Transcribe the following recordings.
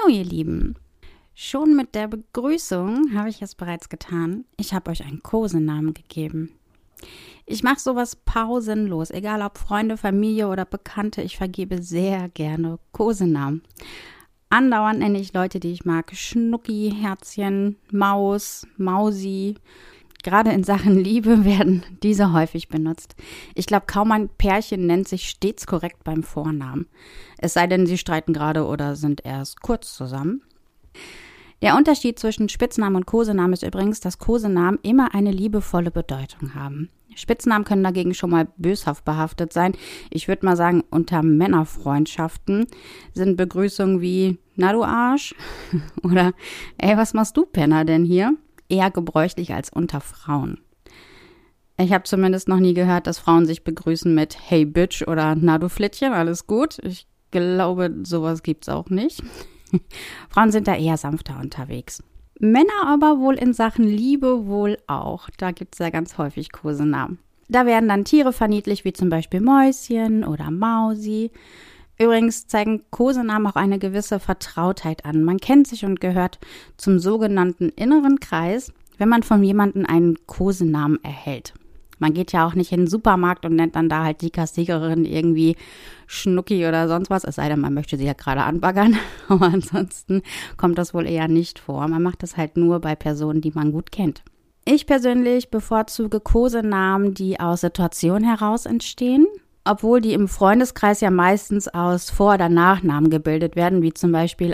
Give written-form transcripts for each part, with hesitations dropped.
Hallo ihr Lieben. Schon mit der Begrüßung habe ich es bereits getan. Ich habe euch einen Kosenamen gegeben. Ich mache sowas pausenlos, egal ob Freunde, Familie oder Bekannte. Ich vergebe sehr gerne Kosenamen. Andauernd nenne ich Leute, die ich mag. Schnucki, Herzchen, Maus, Mausi. Gerade in Sachen Liebe werden diese häufig benutzt. Ich glaube, kaum ein Pärchen nennt sich stets korrekt beim Vornamen. Es sei denn, sie streiten gerade oder sind erst kurz zusammen. Der Unterschied zwischen Spitznamen und Kosenamen ist übrigens, dass Kosenamen immer eine liebevolle Bedeutung haben. Spitznamen können dagegen schon mal böshaft behaftet sein. Ich würde mal sagen, unter Männerfreundschaften sind Begrüßungen wie „Na du Arsch" oder „Ey, was machst du Penner denn hier?" eher gebräuchlich als unter Frauen. Ich habe zumindest noch nie gehört, dass Frauen sich begrüßen mit „Hey Bitch" oder „Na du Flittchen, alles gut?" Ich glaube, sowas gibt's auch nicht. Frauen sind da eher sanfter unterwegs. Männer aber wohl in Sachen Liebe wohl auch. Da gibt es ja ganz häufig Kosenamen. Da werden dann Tiere verniedlicht, wie zum Beispiel Mäuschen oder Mausi. Übrigens zeigen Kosenamen auch eine gewisse Vertrautheit an. Man kennt sich und gehört zum sogenannten inneren Kreis, wenn man von jemandem einen Kosenamen erhält. Man geht ja auch nicht in den Supermarkt und nennt dann da halt die Kassiererin irgendwie Schnucki oder sonst was, es sei denn, man möchte sie ja gerade anbaggern. Aber ansonsten kommt das wohl eher nicht vor. Man macht das halt nur bei Personen, die man gut kennt. Ich persönlich bevorzuge Kosenamen, die aus Situationen heraus entstehen, obwohl die im Freundeskreis ja meistens aus Vor- oder Nachnamen gebildet werden, wie zum Beispiel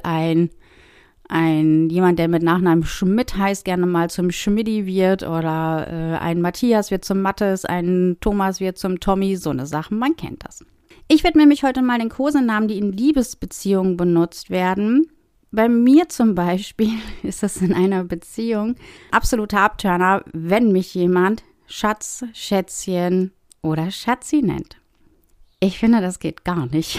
jemand, der mit Nachnamen Schmidt heißt, gerne mal zum Schmidti wird oder ein Matthias wird zum Mattes, ein Thomas wird zum Tommy, so eine Sache, man kennt das. Ich widme mich heute mal den Kosenamen, die in Liebesbeziehungen benutzt werden. Bei mir zum Beispiel ist es in einer Beziehung absoluter Abturner, wenn mich jemand Schatz, Schätzchen oder Schatzi nennt. Ich finde, das geht gar nicht.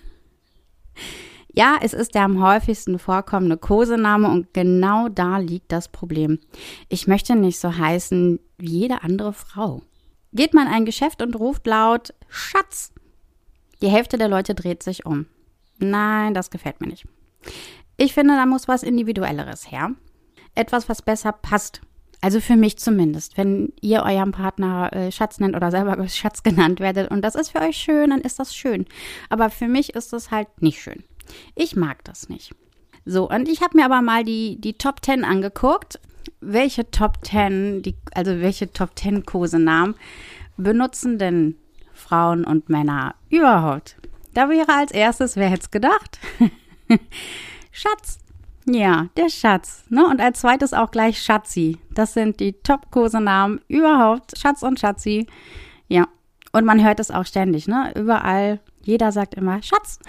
Ja, es ist der am häufigsten vorkommende Kosename und genau da liegt das Problem. Ich möchte nicht so heißen wie jede andere Frau. Geht man in ein Geschäft und ruft laut „Schatz", die Hälfte der Leute dreht sich um. Nein, das gefällt mir nicht. Ich finde, da muss was Individuelleres her. Etwas, was besser passt. Also für mich zumindest. Wenn ihr eurem Partner Schatz nennt oder selber Schatz genannt werdet und das ist für euch schön, dann ist das schön. Aber für mich ist das halt nicht schön. Ich mag das nicht. So, und ich habe mir aber mal die Top 10 angeguckt. Welche Top 10 Kosenamen benutzen denn Frauen und Männer überhaupt? Da wäre als erstes, wer hätte es gedacht? Schatz. Ja, der Schatz. Ne? Und als zweites auch gleich Schatzi. Das sind die Top-Kosenamen überhaupt. Schatz und Schatzi. Ja, und man hört es auch ständig. Ne? Überall, jeder sagt immer Schatz.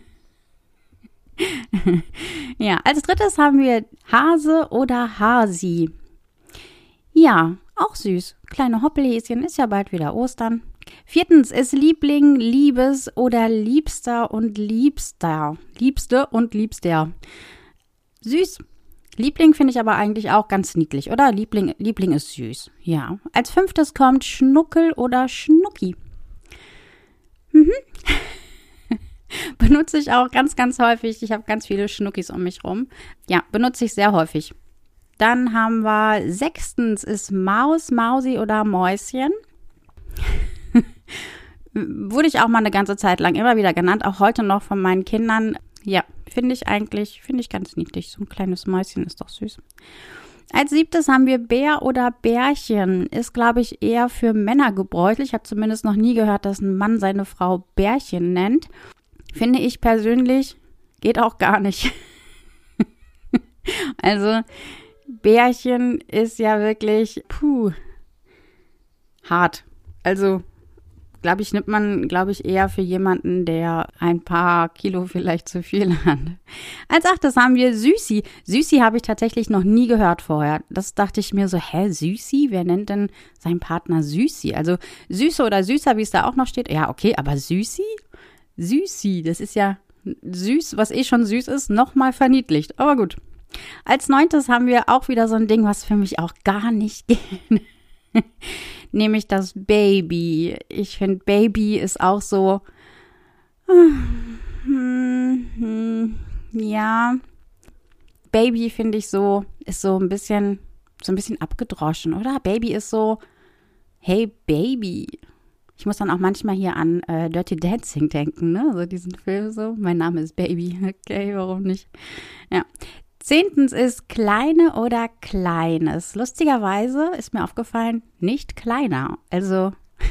Ja, als drittes haben wir Hase oder Hasi. Ja, auch süß. Kleine Hoppelhäschen, ist ja bald wieder Ostern. Viertens ist Liebling, Liebes oder Liebster und Liebster. Liebste und Liebster. Süß. Liebling finde ich aber eigentlich auch ganz niedlich, oder? Liebling ist süß. Ja. Als fünftes kommt Schnuckel oder Schnucki. Benutze ich auch ganz, ganz häufig. Ich habe ganz viele Schnuckis um mich rum. Ja, benutze ich sehr häufig. Dann haben wir sechstens ist Maus, Mausi oder Mäuschen. Wurde ich auch mal eine ganze Zeit lang immer wieder genannt, auch heute noch von meinen Kindern. Ja, finde ich ganz niedlich. So ein kleines Mäuschen ist doch süß. Als siebtes haben wir Bär oder Bärchen. Ist, glaube ich, eher für Männer gebräuchlich. Ich habe zumindest noch nie gehört, dass ein Mann seine Frau Bärchen nennt. Finde ich persönlich, geht auch gar nicht. Also, Bärchen ist ja wirklich, hart. Also, nimmt man eher für jemanden, der ein paar Kilo vielleicht zu viel hat. Als achtes haben wir Süßi. Süßi habe ich tatsächlich noch nie gehört vorher. Das dachte ich mir so, Süßi? Wer nennt denn seinen Partner Süßi? Also Süße oder Süßer, wie es da auch noch steht. Ja, okay, aber Süßi? Süßi, das ist ja süß, was schon süß ist, nochmal verniedlicht. Aber gut. Als neuntes haben wir auch wieder so ein Ding, was für mich auch gar nicht geht. Nämlich das Baby. Ich finde, Baby ist auch so, ja, Baby finde ich ist so ein bisschen abgedroschen, oder? Baby ist so, hey Baby. Ich muss dann auch manchmal hier an Dirty Dancing denken, ne? So diesen Film so. Mein Name ist Baby. Okay, warum nicht? Ja. 10. ist kleine oder kleines. Lustigerweise ist mir aufgefallen, nicht kleiner. Also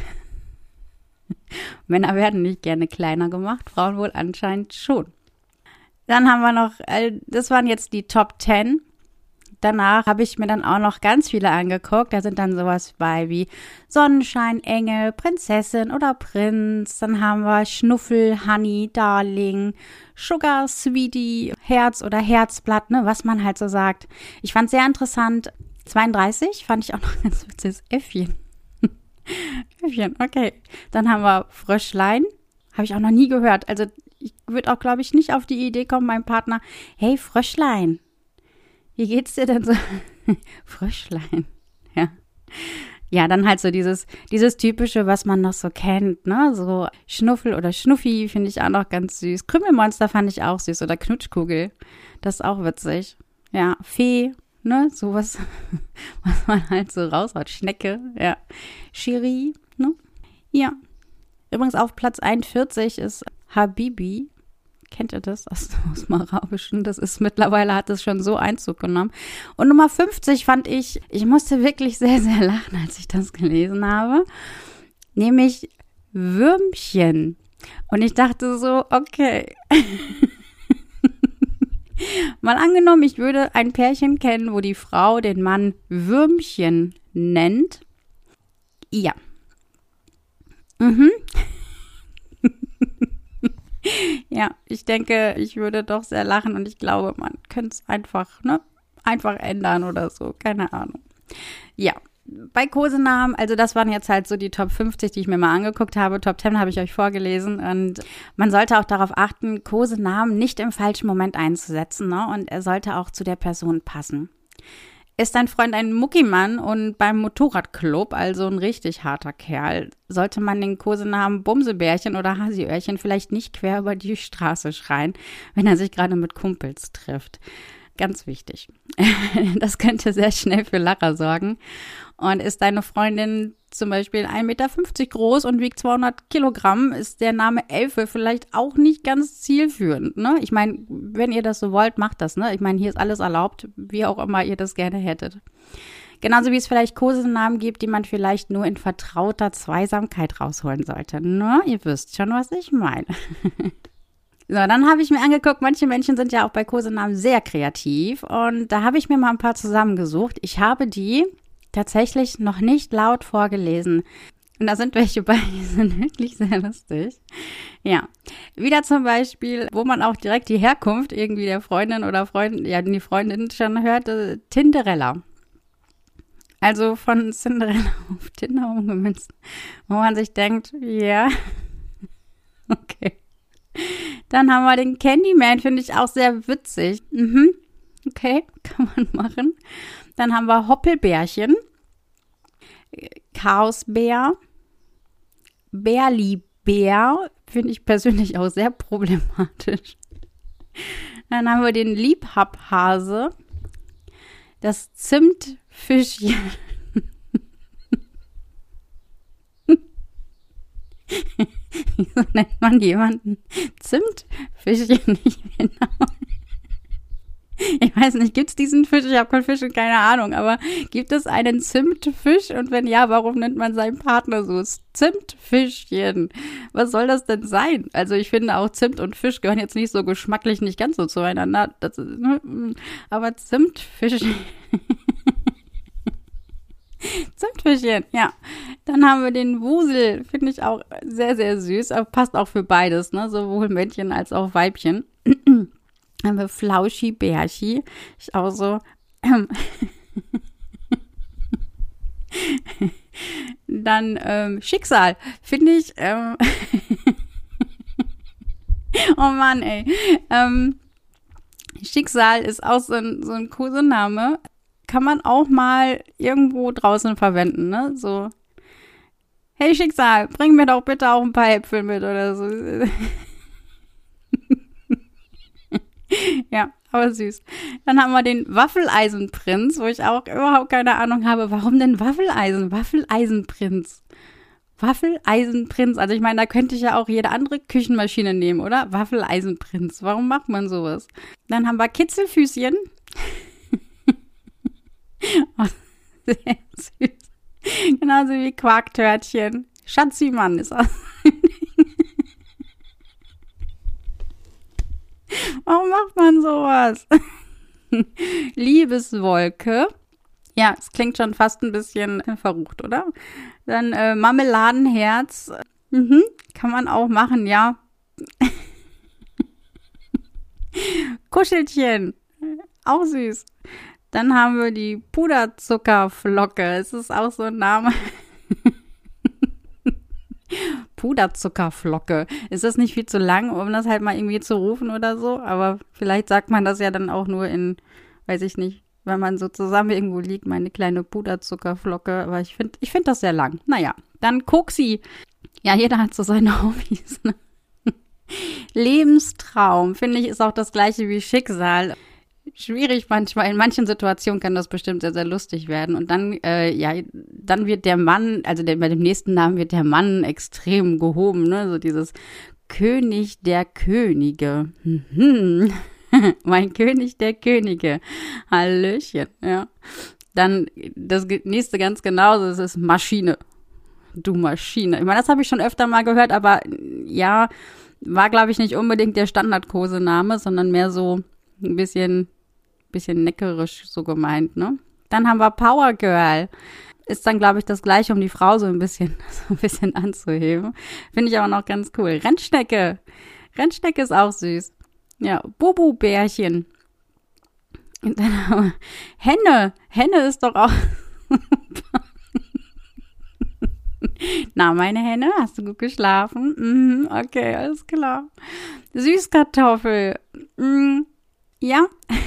Männer werden nicht gerne kleiner gemacht, Frauen wohl anscheinend schon. Dann haben wir noch, das waren jetzt die Top 10. Danach habe ich mir dann auch noch ganz viele angeguckt. Da sind dann sowas bei wie Sonnenschein, Engel, Prinzessin oder Prinz. Dann haben wir Schnuffel, Honey, Darling, Sugar, Sweetie, Herz oder Herzblatt, ne, was man halt so sagt. Ich fand es sehr interessant. 32 fand ich auch noch ganz witziges Äffchen. Äffchen, okay. Dann haben wir Fröschlein. Habe ich auch noch nie gehört. Also ich würde auch, glaube ich, nicht auf die Idee kommen, meinem Partner, hey Fröschlein, wie geht's dir denn so? Fröschlein, ja. Ja, dann halt so dieses typische, was man noch so kennt, ne? So Schnuffel oder Schnuffi finde ich auch noch ganz süß. Krümelmonster fand ich auch süß oder Knutschkugel. Das ist auch witzig. Ja, Fee, ne? Sowas, was man halt so raushaut. Schnecke, ja. Cherie, ne? Ja. Übrigens auf Platz 41 ist Habibi. Kennt ihr das aus dem Arabischen? Das ist mittlerweile, hat es schon so Einzug genommen. Und Nummer 50 fand ich musste wirklich sehr, sehr lachen, als ich das gelesen habe. Nämlich Würmchen. Und ich dachte so, okay. Mal angenommen, ich würde ein Pärchen kennen, wo die Frau den Mann Würmchen nennt. Ja. Ja, ich denke, ich würde doch sehr lachen und ich glaube, man könnte es einfach ändern oder so, keine Ahnung. Ja, bei Kosenamen, also das waren jetzt halt so die Top 50, die ich mir mal angeguckt habe. Top 10 habe ich euch vorgelesen und man sollte auch darauf achten, Kosenamen nicht im falschen Moment einzusetzen, ne? Und er sollte auch zu der Person passen. Ist dein Freund ein Muckimann und beim Motorradclub, also ein richtig harter Kerl, sollte man den Kosenamen Bumsebärchen oder Hasiöhrchen vielleicht nicht quer über die Straße schreien, wenn er sich gerade mit Kumpels trifft. Ganz wichtig. Das könnte sehr schnell für Lacher sorgen. Und ist deine Freundin zum Beispiel 1,50 Meter groß und wiegt 200 Kilogramm, ist der Name Elfe vielleicht auch nicht ganz zielführend, ne? Ich meine, wenn ihr das so wollt, macht das, ne? Ich meine, hier ist alles erlaubt, wie auch immer ihr das gerne hättet. Genauso wie es vielleicht Kosenamen gibt, die man vielleicht nur in vertrauter Zweisamkeit rausholen sollte, ne? Ihr wisst schon, was ich meine. So, dann habe ich mir angeguckt, manche Menschen sind ja auch bei Kosenamen sehr kreativ und da habe ich mir mal ein paar zusammengesucht. Ich habe die tatsächlich noch nicht laut vorgelesen. Und da sind welche bei, die sind wirklich sehr lustig. Ja, wieder zum Beispiel, wo man auch direkt die Herkunft irgendwie der Freundin oder die Freundin schon hört, Tinderella. Also von Cinderella auf Tinder umgemünzt, wo man sich denkt, ja, okay. Dann haben wir den Candyman, finde ich auch sehr witzig. Okay, kann man machen. Dann haben wir Hoppelbärchen, Chaosbär, Bärlibär, finde ich persönlich auch sehr problematisch. Dann haben wir den Liebhabhase, das Zimtfischchen. Wieso nennt man jemanden Zimtfischchen nicht genau? Ich weiß nicht, gibt es diesen Fisch? Ich habe keinen Fisch und keine Ahnung, aber gibt es einen Zimtfisch? Und wenn ja, warum nennt man seinen Partner so? Zimtfischchen. Was soll das denn sein? Also ich finde auch Zimt und Fisch gehören jetzt nicht so geschmacklich nicht ganz so zueinander. Aber Zimtfischchen. Zimtfischchen, ja. Dann haben wir den Wusel, finde ich auch sehr, sehr süß. Aber passt auch für beides, ne? Sowohl Männchen als auch Weibchen. Haben wir Flauschi Bärchi. Ich auch so. Dann Schicksal, finde ich. Oh Mann, ey. Schicksal ist auch so ein Kosename. Kann man auch mal irgendwo draußen verwenden, ne? So, hey Schicksal, bring mir doch bitte auch ein paar Äpfel mit oder so. Ja, Aber süß. Dann haben wir den Waffeleisenprinz, wo ich auch überhaupt keine Ahnung habe. Warum denn Waffeleisen? Waffeleisenprinz. Waffeleisenprinz. Also ich meine, da könnte ich ja auch jede andere Küchenmaschine nehmen, oder? Waffeleisenprinz. Warum macht man sowas? Dann haben wir Kitzelfüßchen. Oh, sehr süß. Genauso wie Quarktörtchen. Schatzimann ist auch. Warum macht man sowas? Liebeswolke. Ja, es klingt schon fast ein bisschen verrucht, oder? Dann Marmeladenherz. Kann man auch machen, ja. Kuschelchen. Auch süß. Dann haben wir die Puderzuckerflocke. Es ist auch so ein Name. Puderzuckerflocke. Ist das nicht viel zu lang, um das halt mal irgendwie zu rufen oder so? Aber vielleicht sagt man das ja dann auch nur in, weiß ich nicht, wenn man so zusammen irgendwo liegt, meine kleine Puderzuckerflocke. Aber ich find das sehr lang. Naja, dann Koksi. Ja, jeder hat so seine Hobbys. Ne? Lebenstraum, finde ich, ist auch das gleiche wie Schicksal. Schwierig manchmal. In manchen Situationen kann das bestimmt sehr, sehr lustig werden. Und dann, dann wird der Mann, also bei dem nächsten Namen wird der Mann extrem gehoben, ne? So dieses König der Könige. Mein König der Könige. Hallöchen, ja. Dann das nächste ganz genauso, das ist Maschine. Du Maschine. Ich meine, das habe ich schon öfter mal gehört, aber ja, war, glaube ich, nicht unbedingt der Standard-Kosename, sondern mehr so ein bisschen neckerisch so gemeint, ne? Dann haben wir Power Girl. Ist dann, glaube ich, das Gleiche, um die Frau so ein bisschen anzuheben. Finde ich aber noch ganz cool. Rennschnecke. Rennschnecke ist auch süß. Ja, Bubu-Bärchen. Und dann haben wir Henne. Henne ist doch auch super. Na, meine Henne, hast du gut geschlafen? Okay, alles klar. Süßkartoffel. Ja.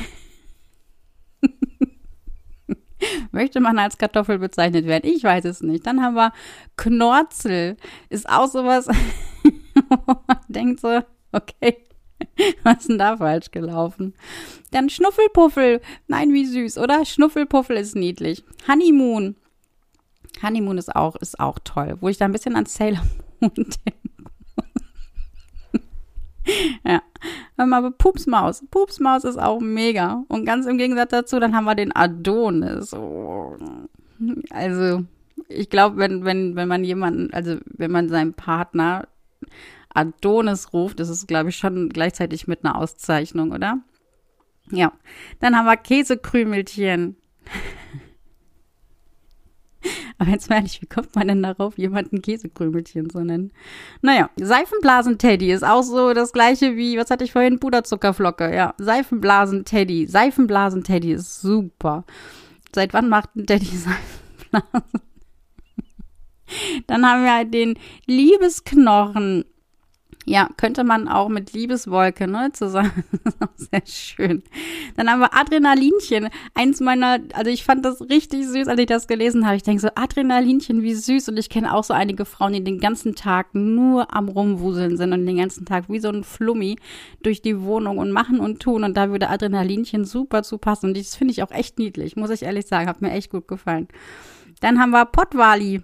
Möchte man als Kartoffel bezeichnet werden? Ich weiß es nicht. Dann haben wir Knorzel. Ist auch sowas, wo man denkt so, okay, was ist denn da falsch gelaufen? Dann Schnuffelpuffel. Nein, wie süß, oder? Schnuffelpuffel ist niedlich. Honeymoon. Honeymoon ist auch toll. Wo ich da ein bisschen an Sailor Moon denke. Ja, aber Pupsmaus. Pupsmaus ist auch mega. Und ganz im Gegensatz dazu, dann haben wir den Adonis. Oh. Also, ich glaube, wenn man jemanden, also wenn man seinen Partner Adonis ruft, das ist, glaube ich, schon gleichzeitig mit einer Auszeichnung, oder? Ja. Dann haben wir Käsekrümelchen. Aber jetzt mal ehrlich, wie kommt man denn darauf, jemanden Käsekrümelchen zu nennen? Naja, Seifenblasen-Teddy ist auch so das gleiche wie, was hatte ich vorhin? Puderzuckerflocke. Ja, Seifenblasen-Teddy. Seifenblasen-Teddy ist super. Seit wann macht ein Teddy Seifenblasen? Dann haben wir halt den Liebesknochen. Ja, könnte man auch mit Liebeswolke, ne, zusammen. Das ist auch sehr schön. Dann haben wir Adrenalinchen. Also ich fand das richtig süß, als ich das gelesen habe. Ich denke so, Adrenalinchen, wie süß. Und ich kenne auch so einige Frauen, die den ganzen Tag nur am Rumwuseln sind und den ganzen Tag wie so ein Flummi durch die Wohnung und machen und tun. Und da würde Adrenalinchen super zu passen. Und das finde ich auch echt niedlich, muss ich ehrlich sagen. Hat mir echt gut gefallen. Dann haben wir Pottwali.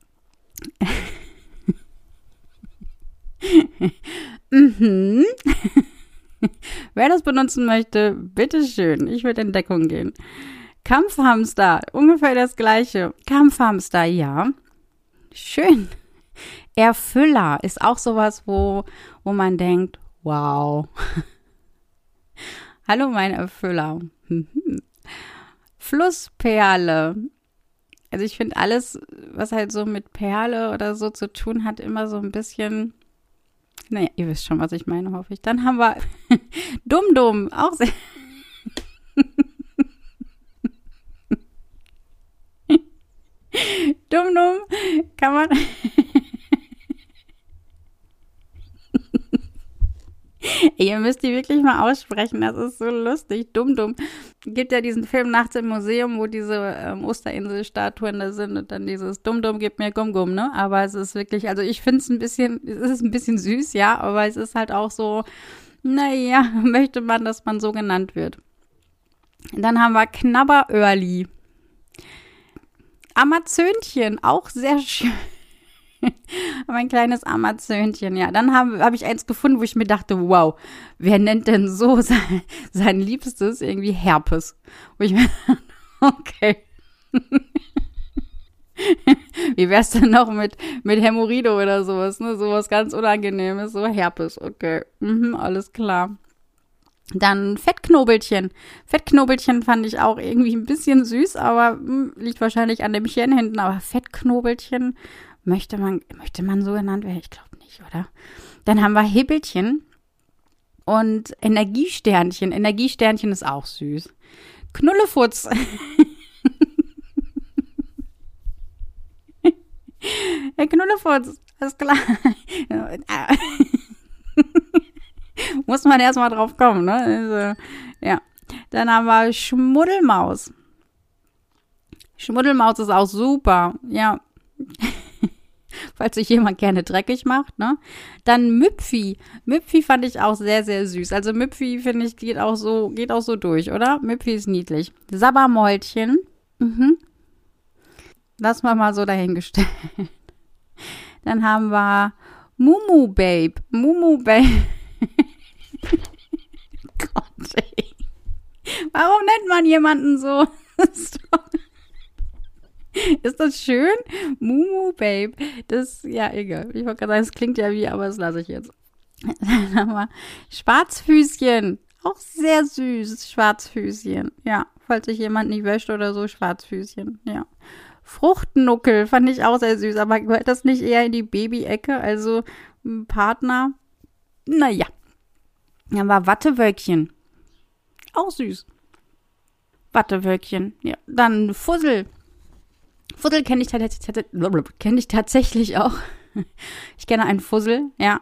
Wer das benutzen möchte, bitteschön. Ich würde in Deckung gehen. Kampfhamster, ungefähr das gleiche. Kampfhamster, ja. Schön. Erfüller ist auch sowas, wo man denkt, wow. Hallo, mein Erfüller. Flussperle. Also ich finde alles, was halt so mit Perle oder so zu tun hat, immer so ein bisschen. Naja, ihr wisst schon, was ich meine, hoffe ich. Dann haben wir Dum-Dum, auch sehr. Dum-Dum kann man. Ihr müsst die wirklich mal aussprechen, das ist so lustig. Dum-Dum. Gibt ja diesen Film Nachts im Museum, wo diese Osterinsel-Statuen da sind und dann dieses Dum-Dum gibt mir Gum-Gum, ne? Aber es ist wirklich, also ich finde es ist ein bisschen süß, ja, aber es ist halt auch so, Naja, möchte man, dass man so genannt wird. Dann haben wir Knabberöhrli. Amazönchen, auch sehr schön. Mein kleines Amazönchen, ja. Dann hab ich eins gefunden, wo ich mir dachte, wow, wer nennt denn so sein Liebstes irgendwie Herpes? Wo ich mir dachte, okay. Wie wär's denn noch mit Hämorrhoide oder sowas, ne? Sowas ganz Unangenehmes, so Herpes, okay. Alles klar. Dann Fettknobelchen. Fettknobelchen fand ich auch irgendwie ein bisschen süß, aber liegt wahrscheinlich an dem Chen hinten. Aber Fettknobelchen möchte man so genannt werden? Ich glaube nicht, oder? Dann haben wir Hibbelchen und Energiesternchen. Energiesternchen ist auch süß. Knullefutz. Hey, Knullefutz, alles klar. Muss man erstmal drauf kommen, ne? Also, ja. Dann haben wir Schmuddelmaus. Schmuddelmaus ist auch super, ja. Falls sich jemand gerne dreckig macht, ne? Dann Müpfi. Müpfi fand ich auch sehr, sehr süß. Also Müpfi, finde ich, geht auch so durch, oder? Müpfi ist niedlich. Sabbermäulchen. Lass mal so dahingestellt. Dann haben wir Mumu Babe. Mumu Babe. Gott, ey. Warum nennt man jemanden so? Ist das schön? Mumu Babe. Das, ja, egal. Ich wollte gerade sagen, es klingt ja wie, aber das lasse ich jetzt. Dann haben wir Schwarzfüßchen. Auch sehr süß, Schwarzfüßchen. Ja, falls sich jemand nicht wäscht oder so, Schwarzfüßchen. Ja. Fruchtnuckel fand ich auch sehr süß, aber gehört das nicht eher in die Baby-Ecke? Also Partner? Naja. Dann war Wattewölkchen. Auch süß. Wattewölkchen. Ja. Dann Fussel. Fussel kenne ich tatsächlich auch. Ich kenne einen Fussel, ja.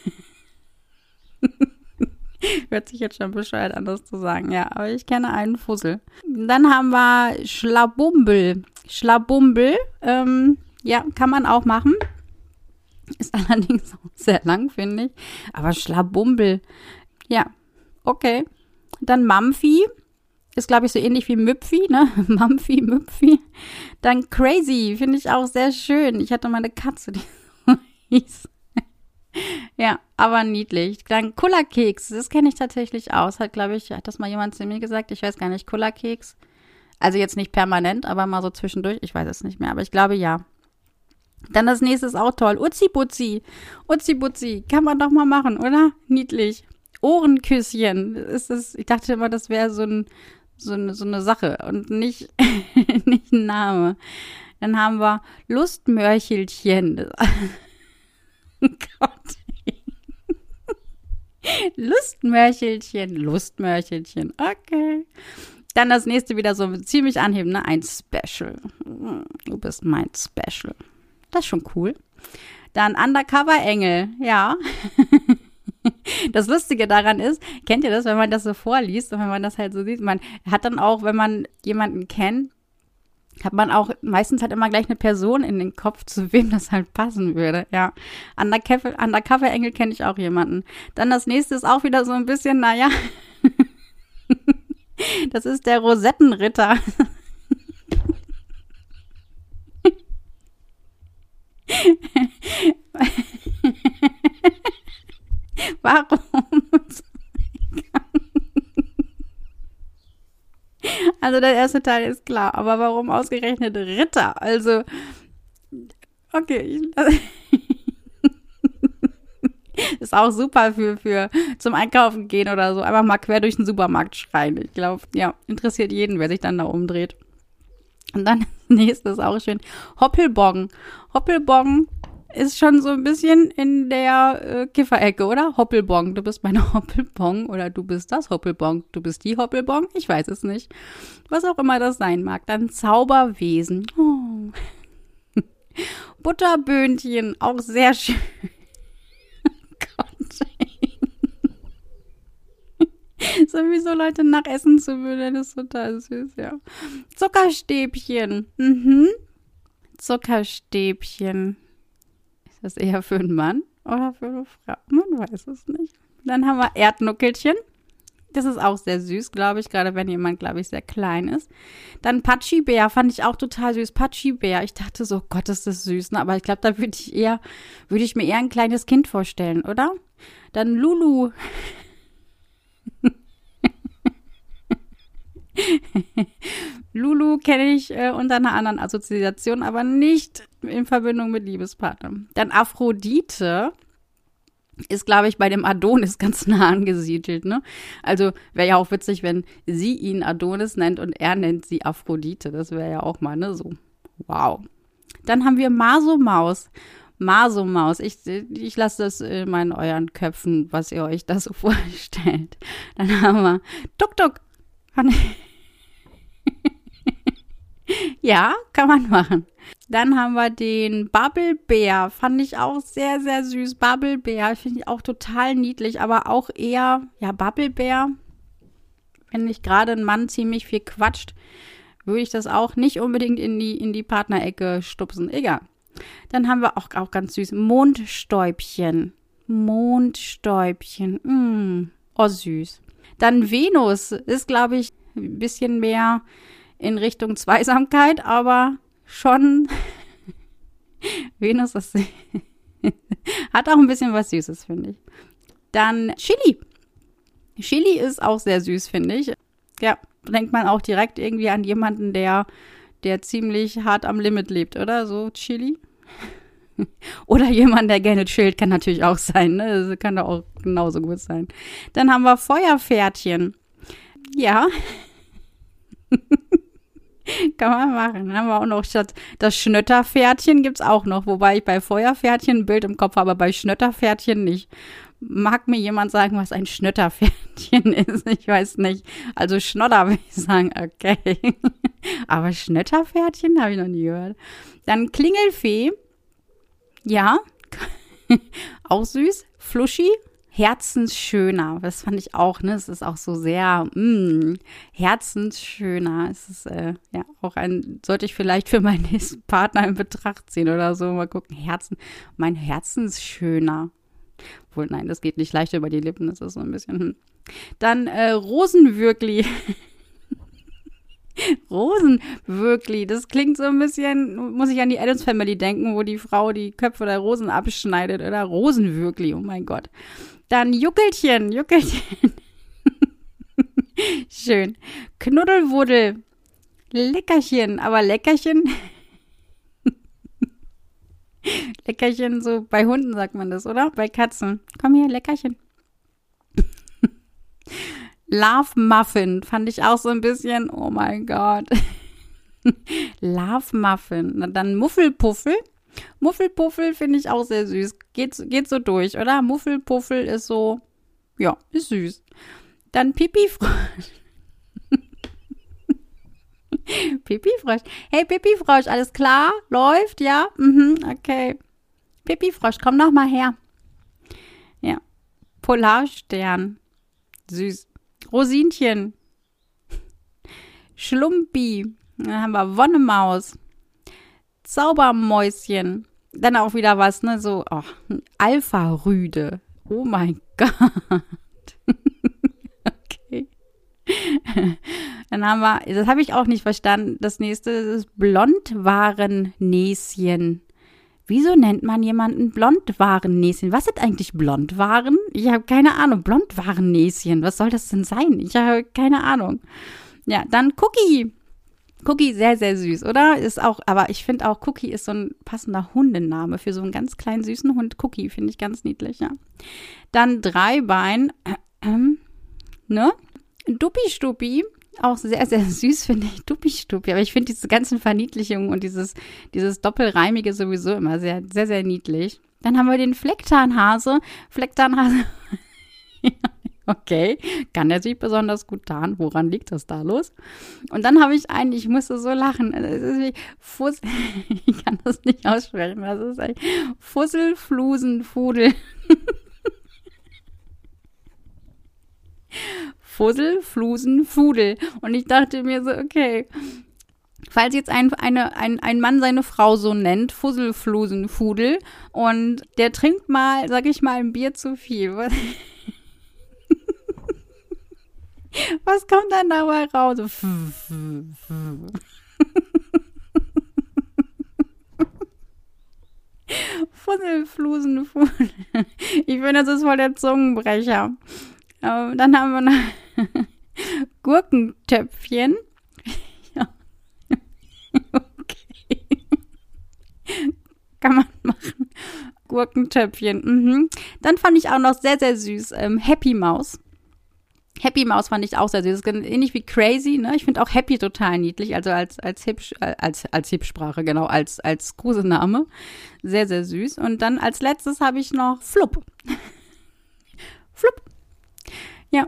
Hört sich jetzt schon bescheuert an, das zu sagen. Ja, aber ich kenne einen Fussel. Dann haben wir Schlabumbel. Schlabumbel, ja, kann man auch machen. Ist allerdings auch sehr lang, finde ich. Aber Schlabumbel, ja, okay. Dann Mampfi. Ist, glaube ich, so ähnlich wie Müpfi, ne? Mampfi, Müpfi. Dann Crazy, finde ich auch sehr schön. Ich hatte mal eine Katze, die so hieß. Ja, aber niedlich. Dann Kullerkeks, das kenne ich tatsächlich aus. Hat das mal jemand zu mir gesagt? Ich weiß gar nicht, Kullerkeks. Also jetzt nicht permanent, aber mal so zwischendurch. Ich weiß es nicht mehr, aber ich glaube, ja. Dann das nächste ist auch toll. Uzi-Butzi. Uzi-Butzi. Kann man doch mal machen, oder? Niedlich. Ohrenküsschen. Ich dachte immer, das wäre so eine Sache und nicht, nicht ein Name. Dann haben wir Lustmörchelchen. Gott. Lustmörchelchen. Okay. Dann das nächste wieder so ziemlich anheben, ne? Ein Special. Du bist mein Special. Das ist schon cool. Dann Undercover-Engel. Ja. Das Lustige daran ist, kennt ihr das, wenn man das so vorliest und wenn man das halt so sieht, man hat dann auch, wenn man jemanden kennt, hat man auch meistens halt immer gleich eine Person in den Kopf, zu wem das halt passen würde, ja. Undercover-Engel kenne ich auch jemanden. Dann das nächste ist auch wieder so ein bisschen, naja, das ist der Rosettenritter. Warum? Also der erste Teil ist klar, aber warum ausgerechnet Ritter? Also, okay. Ist auch super für zum Einkaufen gehen oder so. Einfach mal quer durch den Supermarkt schreien. Ich glaube, ja, interessiert jeden, wer sich dann da umdreht. Und dann nächstes auch schön. Hoppelbong. Hoppelbong ist schon so ein bisschen in der Kifferecke, oder? Hoppelbong, du bist meine Hoppelbong oder du bist das Hoppelbong, du bist die Hoppelbong, ich weiß es nicht. Was auch immer das sein mag. Dann Zauberwesen. Oh. Butterböhnchen, auch sehr schön. Gott. Sowieso Leute nach Essen zu würden, das ist total süß, ja. Zuckerstäbchen. Zuckerstäbchen. Ist das eher für einen Mann oder für eine Frau? Man weiß es nicht. Dann haben wir Erdnuckelchen. Das ist auch sehr süß, glaube ich, gerade wenn jemand, glaube ich, sehr klein ist. Dann Patschibär fand ich auch total süß. Patschibär, ich dachte so, Gott, ist das süß, ne? Aber ich glaube, da würde ich mir eher ein kleines Kind vorstellen, oder? Dann Lulu. Lulu kenne ich unter einer anderen Assoziation, aber nicht in Verbindung mit Liebespartner. Dann Aphrodite ist, glaube ich, bei dem Adonis ganz nah angesiedelt, ne? Also wäre ja auch witzig, wenn sie ihn Adonis nennt und er nennt sie Aphrodite. Das wäre ja auch mal, ne? So, wow. Dann haben wir Maso-Maus. Maso-Maus. Ich lasse das mal in euren Köpfen, was ihr euch da so vorstellt. Dann haben wir Tuk-Tuk. Ja, kann man machen. Dann haben wir den Bubblebär. Fand ich auch sehr, sehr süß. Bubblebär finde ich auch total niedlich, aber auch eher, ja, Bubblebär. Wenn nicht gerade ein Mann ziemlich viel quatscht, würde ich das auch nicht unbedingt in die Partnerecke stupsen. Egal. Dann haben wir auch ganz süß Mondstäubchen. Mondstäubchen. Oh, süß. Dann Venus ist, glaube ich, ein bisschen mehr in Richtung Zweisamkeit, aber schon Venus ist hat auch ein bisschen was Süßes, finde ich. Dann Chili. Chili ist auch sehr süß, finde ich. Ja, denkt man auch direkt irgendwie an jemanden, der ziemlich hart am Limit lebt, oder? So Chili. Oder jemand, der gerne chillt, kann natürlich auch sein, ne? Das kann doch auch genauso gut sein. Dann haben wir Feuerpferdchen. Ja. Kann man machen. Dann haben wir auch noch das Schnötterpferdchen gibt's auch noch, wobei ich bei Feuerpferdchen ein Bild im Kopf habe, aber bei Schnötterpferdchen nicht. Mag mir jemand sagen, was ein Schnötterpferdchen ist? Ich weiß nicht. Also Schnodder würde ich sagen, okay. Aber Schnötterpferdchen habe ich noch nie gehört. Dann Klingelfee. Ja, auch süß. Fluschi. Herzensschöner, das fand ich auch, ne? Es ist auch so sehr herzensschöner. Es ist ja auch sollte ich vielleicht für meinen nächsten Partner in Betracht ziehen oder so. Mal gucken, mein Herzensschöner. Obwohl, nein, das geht nicht leicht über die Lippen, das ist so ein bisschen. Dann Rosenwürgli. Rosenwürgli, das klingt so ein bisschen, muss ich an die Addams Family denken, wo die Frau die Köpfe der Rosen abschneidet, oder? Rosenwürgli, oh mein Gott. Dann Juckelchen. Schön. Knuddelwuddel. Leckerchen, aber Leckerchen. Leckerchen, so bei Hunden sagt man das, oder? Bei Katzen. Komm her, Leckerchen. Love Muffin fand ich auch so ein bisschen, oh mein Gott. Love Muffin. Na dann Muffelpuffel. Muffelpuffel finde ich auch sehr süß. Geht so durch, oder? Muffelpuffel ist so, ja, ist süß. Dann Pipifrosch. Pipifrosch. Hey, Pipifrosch, alles klar? Läuft, ja? Okay. Pipifrosch, komm noch mal her. Ja. Polarstern. Süß. Rosinchen. Schlumpi. Dann haben wir Wonnemaus. Zaubermäuschen. Dann auch wieder was, ne? So, Alpha-Rüde. Oh mein Gott. Okay. Dann haben wir, das habe ich auch nicht verstanden. Das nächste ist Blondwarennäschen. Wieso nennt man jemanden Blondwarennäschen? Was sind eigentlich Blondwaren? Ich habe keine Ahnung. Blondwarennäschen. Was soll das denn sein? Ich habe keine Ahnung. Ja, dann Cookie. Cookie, sehr, sehr süß, oder? Ist auch, aber ich finde auch, Cookie ist so ein passender Hundename für so einen ganz kleinen, süßen Hund. Cookie finde ich ganz niedlich, ja. Dann Dreibein, ne? Duppi-Stuppi, auch sehr, sehr süß, finde ich. Duppi-Stuppi, aber ich finde diese ganzen Verniedlichungen und dieses Doppelreimige sowieso immer sehr, sehr, sehr niedlich. Dann haben wir den Flecktarnhase. Okay, kann der sich besonders gut tarnen? Woran liegt das da los? Und dann habe ich einen, ich musste so lachen. Das ist wie ich kann das nicht aussprechen. Das ist eigentlich Fusselflusenfudel. Fusselflusenfudel. Und ich dachte mir so, okay, falls jetzt ein Mann seine Frau so nennt, Fusselflusenfudel, und der trinkt mal, sag ich mal, ein Bier zu viel. Was kommt dann dabei raus? Fusselflusen. Ich finde, das ist voll der Zungenbrecher. Dann haben wir noch Gurkentöpfchen. Ja. Okay. Kann man machen. Gurkentöpfchen. Mhm. Dann fand ich auch noch sehr, sehr süß Happy Maus. Happy Maus fand ich auch sehr süß. Das ist ähnlich wie Crazy, ne? Ich finde auch Happy total niedlich, also als Hipsprache, genau, als Kosename. Sehr, sehr süß. Und dann als letztes habe ich noch Flupp. Flupp. Ja.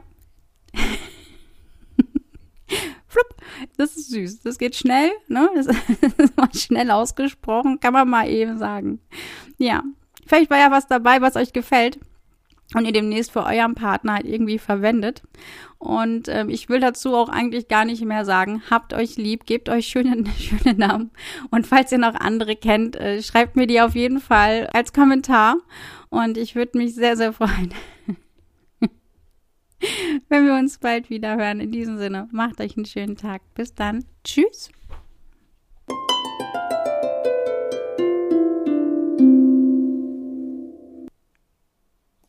Flupp. Das ist süß. Das geht schnell, ne? Das war schnell ausgesprochen, kann man mal eben sagen. Ja. Vielleicht war ja was dabei, was euch gefällt und ihr demnächst für euren Partner halt irgendwie verwendet. Und ich will dazu auch eigentlich gar nicht mehr sagen. Habt euch lieb, gebt euch schöne Namen. Und falls ihr noch andere kennt, schreibt mir die auf jeden Fall als Kommentar. Und ich würde mich sehr, sehr freuen, wenn wir uns bald wieder hören. In diesem Sinne, macht euch einen schönen Tag. Bis dann. Tschüss.